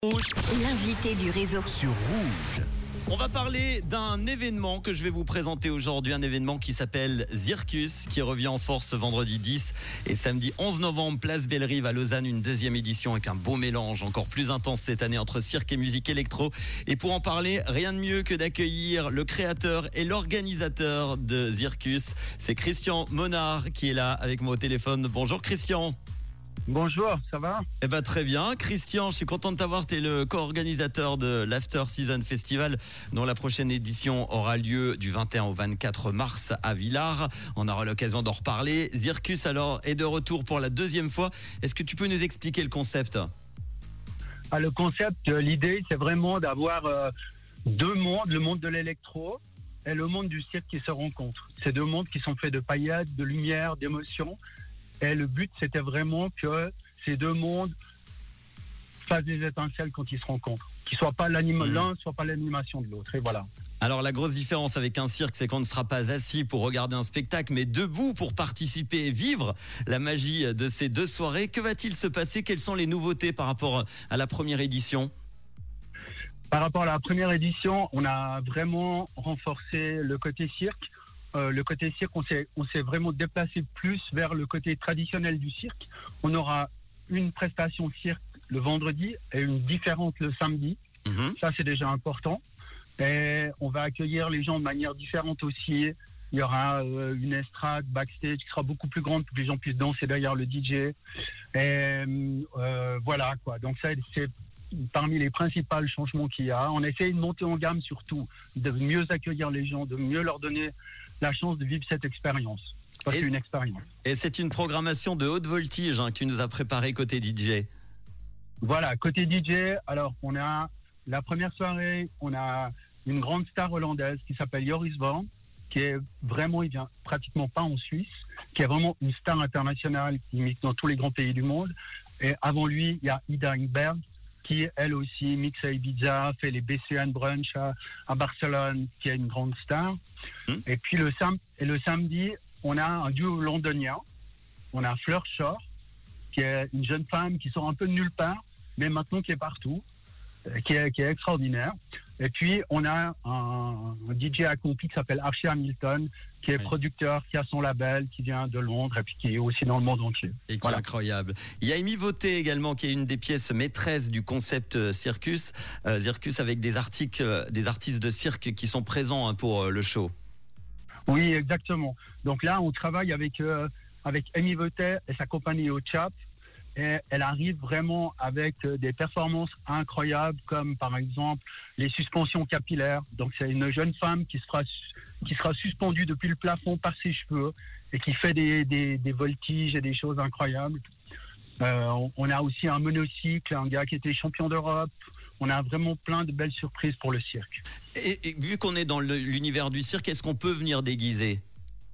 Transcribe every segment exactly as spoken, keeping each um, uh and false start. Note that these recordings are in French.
Rouge, l'invité du réseau. sur Rouge. On va parler d'un événement que je vais vous présenter aujourd'hui, un événement qui s'appelle Zirkus, qui revient en force vendredi dix et samedi onze novembre, place Bellerive à Lausanne, une deuxième édition avec un beau mélange encore plus intense cette année entre cirque et musique électro. Et pour en parler, rien de mieux que d'accueillir le créateur et l'organisateur de Zirkus, c'est Christian Monard qui est là avec moi au téléphone. Bonjour Christian. Bonjour, ça va? Eh ben très bien. Christian, je suis content de t'avoir. Tu es le co-organisateur de l'After Season Festival, dont la prochaine édition aura lieu du vingt et un au vingt-quatre mars à Villars. On aura l'occasion d'en reparler. Zirkus alors est de retour pour la deuxième fois. Est-ce que tu peux nous expliquer le concept? Ah, le concept, euh, l'idée, c'est vraiment d'avoir euh, deux mondes, le monde de l'électro et le monde du cirque qui se rencontrent. Ces deux mondes qui sont faits de paillettes, de lumière, d'émotions. Et le but, c'était vraiment que ces deux mondes fassent des étincelles quand ils se rencontrent. Qu'ils soient pas l'anima- Mmh. l'un soit pas l'animation de l'autre. Et voilà. Alors la grosse différence avec un cirque, c'est qu'on ne sera pas assis pour regarder un spectacle, mais debout pour participer et vivre la magie de ces deux soirées. Que va-t-il se passer? Quelles sont les nouveautés par rapport à la première édition? Par rapport à la première édition, on a vraiment renforcé le côté cirque. Euh, le côté cirque, on s'est, on s'est vraiment déplacé plus vers le côté traditionnel du cirque. On aura une prestation cirque le vendredi et une différente le samedi. Mmh. Ça, c'est déjà important. Et on va accueillir les gens de manière différente aussi. Il y aura euh, une estrade backstage qui sera beaucoup plus grande pour que les gens puissent danser derrière le D J. Et euh, voilà quoi. Donc ça, c'est parmi les principaux changements qu'il y a. On essaie de monter en gamme surtout, de mieux accueillir les gens, de mieux leur donner la chance de vivre cette expérience. Parce que c'est une expérience. Et c'est une programmation de haute voltige hein, que tu nous as préparé côté D J. Voilà, côté D J, alors on a la première soirée, on a une grande star hollandaise qui s'appelle Joris Van, qui est vraiment, il vient pratiquement pas en Suisse, qui est vraiment une star internationale qui mixe dans tous les grands pays du monde. Et avant lui, il y a Ida Ingberg, qui elle aussi mixe à Ibiza, fait les B C N Brunch à, à Barcelone, qui est une grande star. Mmh. Et puis le, sam- et le samedi, on a un duo londonien, on a Fleur Shore, qui est une jeune femme qui sort un peu de nulle part, mais maintenant qui est partout, qui est, qui est extraordinaire. Et puis on a un, un D J accompli qui s'appelle Archie Hamilton, qui est oui. producteur, qui a son label, qui vient de Londres et puis qui est aussi dans le monde entier. Et qui voilà. est incroyable. Il y a Amy Voté également, qui est une des pièces maîtresses du concept Circus. Euh, Circus avec des, articles, euh, des artistes de cirque qui sont présents hein, pour euh, le show. Oui, exactement. Donc là, on travaille avec, euh, avec Amy Voté et sa compagnie au Chap. Et elle arrive vraiment avec des performances incroyables, comme par exemple les suspensions capillaires. Donc c'est une jeune femme qui sera qui sera suspendue depuis le plafond par ses cheveux et qui fait des des, des voltiges et des choses incroyables. Euh, on, on a aussi un monocycle, un gars qui était champion d'Europe. On a vraiment plein de belles surprises pour le cirque. Et, et vu qu'on est dans le, l'univers du cirque, est-ce qu'on peut venir déguiser?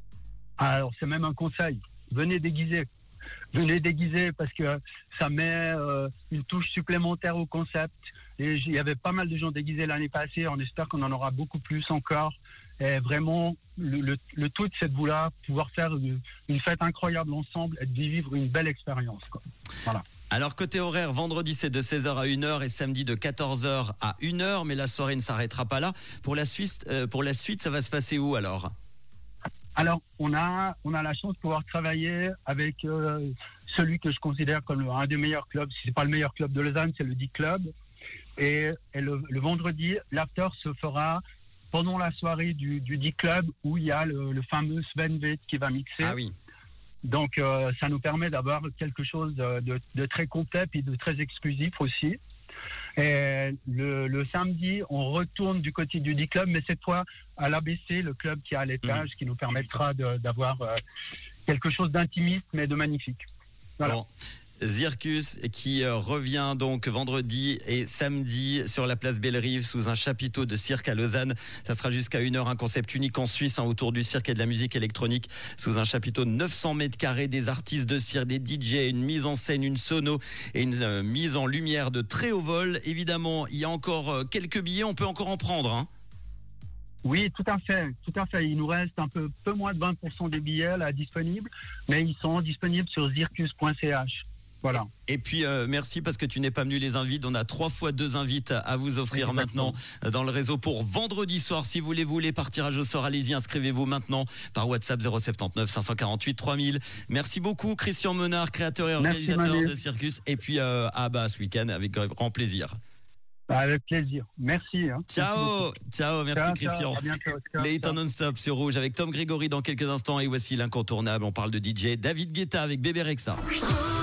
Alors c'est même un conseil. Venez déguiser. Venez déguiser parce que ça met euh, une touche supplémentaire au concept. Et il y avait pas mal de gens déguisés l'année passée. On espère qu'on en aura beaucoup plus encore. Et vraiment, le, le, le tout, c'est de vouloir pouvoir faire une, une fête incroyable ensemble et de vivre une belle expérience, quoi. Voilà. Alors côté horaire, vendredi c'est de seize heures à une heure et samedi de quatorze heures à une heure. Mais la soirée ne s'arrêtera pas là. Pour la suite, euh, pour la suite ça va se passer où alors? Alors, on a, on a la chance de pouvoir travailler avec euh, celui que je considère comme un des meilleurs clubs. Si c'est pas le meilleur club de Lausanne, c'est le D-Club. Et, et le, le vendredi, l'after se fera pendant la soirée du, du D-Club où il y a le, le fameux Sven Veit qui va mixer. Ah oui. Donc, euh, ça nous permet d'avoir quelque chose de, de, de très complet et de très exclusif aussi. Et le, le samedi, on retourne du côté du D-Club, mais cette fois à l'A B C, le club qui est à l'étage, mmh. qui nous permettra de, d'avoir euh, quelque chose d'intimiste, mais de magnifique. Voilà. Bon. Zirkus qui euh, revient donc vendredi et samedi sur la place Bellerive sous un chapiteau de cirque à Lausanne. Ça sera jusqu'à une heure, un concept unique en Suisse hein, autour du cirque et de la musique électronique sous un chapiteau de neuf cents mètres carrés, des artistes de cirque, des D J, une mise en scène, une sono et une euh, mise en lumière de très haut vol. Évidemment, il y a encore euh, quelques billets, on peut encore en prendre. Hein. Oui, tout à fait, tout à fait. Il nous reste un peu, peu moins de vingt pour cent des billets là disponibles, mais ils sont disponibles sur zirkus point c h. Voilà. Et puis euh, merci parce que tu n'es pas venu les invites. On a trois fois deux invites à vous offrir Exactement. maintenant dans le réseau pour vendredi soir. Si vous voulez vous les par tirage au sort, allez-y, inscrivez-vous maintenant par WhatsApp zéro sept neuf cinq quatre huit trois mille. Merci beaucoup Christian Menard, créateur et organisateur Merci, de Circus. Et puis euh, à Bas ce week-end avec grand plaisir. Avec plaisir. Merci. Hein. Ciao, ciao, merci Ciao, Christian. ciao, à bientôt. Ciao, Les hits ciao. en non-stop sur Rouge avec Tom Grégory dans quelques instants. Et voici l'incontournable. On parle de D J David Guetta avec Bébé Rexha.